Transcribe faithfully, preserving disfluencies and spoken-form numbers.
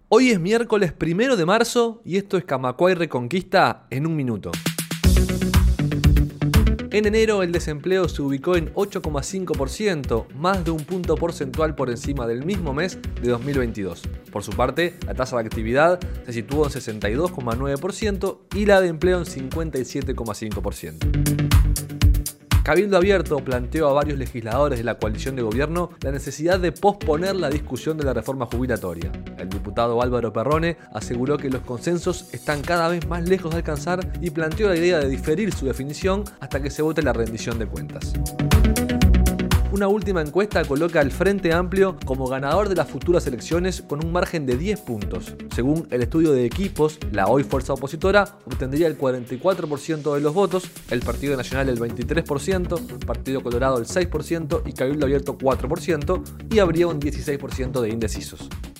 Hoy es miércoles primero de marzo y esto es Camacuay Reconquista en un minuto. En enero el desempleo se ubicó en ocho coma cinco por ciento, más de un punto porcentual por encima del mismo mes de dos mil veintidós. Por su parte, la tasa de actividad se situó en sesenta y dos coma nueve por ciento y la de empleo en cincuenta y siete coma cinco por ciento. Cabildo Abierto planteó a varios legisladores de la coalición de gobierno la necesidad de posponer la discusión de la reforma jubilatoria. El diputado Álvaro Perrone aseguró que los consensos están cada vez más lejos de alcanzar y planteó la idea de diferir su definición hasta que se vote la rendición de cuentas. Una última encuesta coloca al Frente Amplio como ganador de las futuras elecciones con un margen de diez puntos. Según el estudio de Equipos, la hoy fuerza opositora obtendría el cuarenta y cuatro por ciento de los votos, el Partido Nacional el veintitrés por ciento, Partido Colorado el seis por ciento y Cabildo Abierto cuatro por ciento, y habría un dieciséis por ciento de indecisos.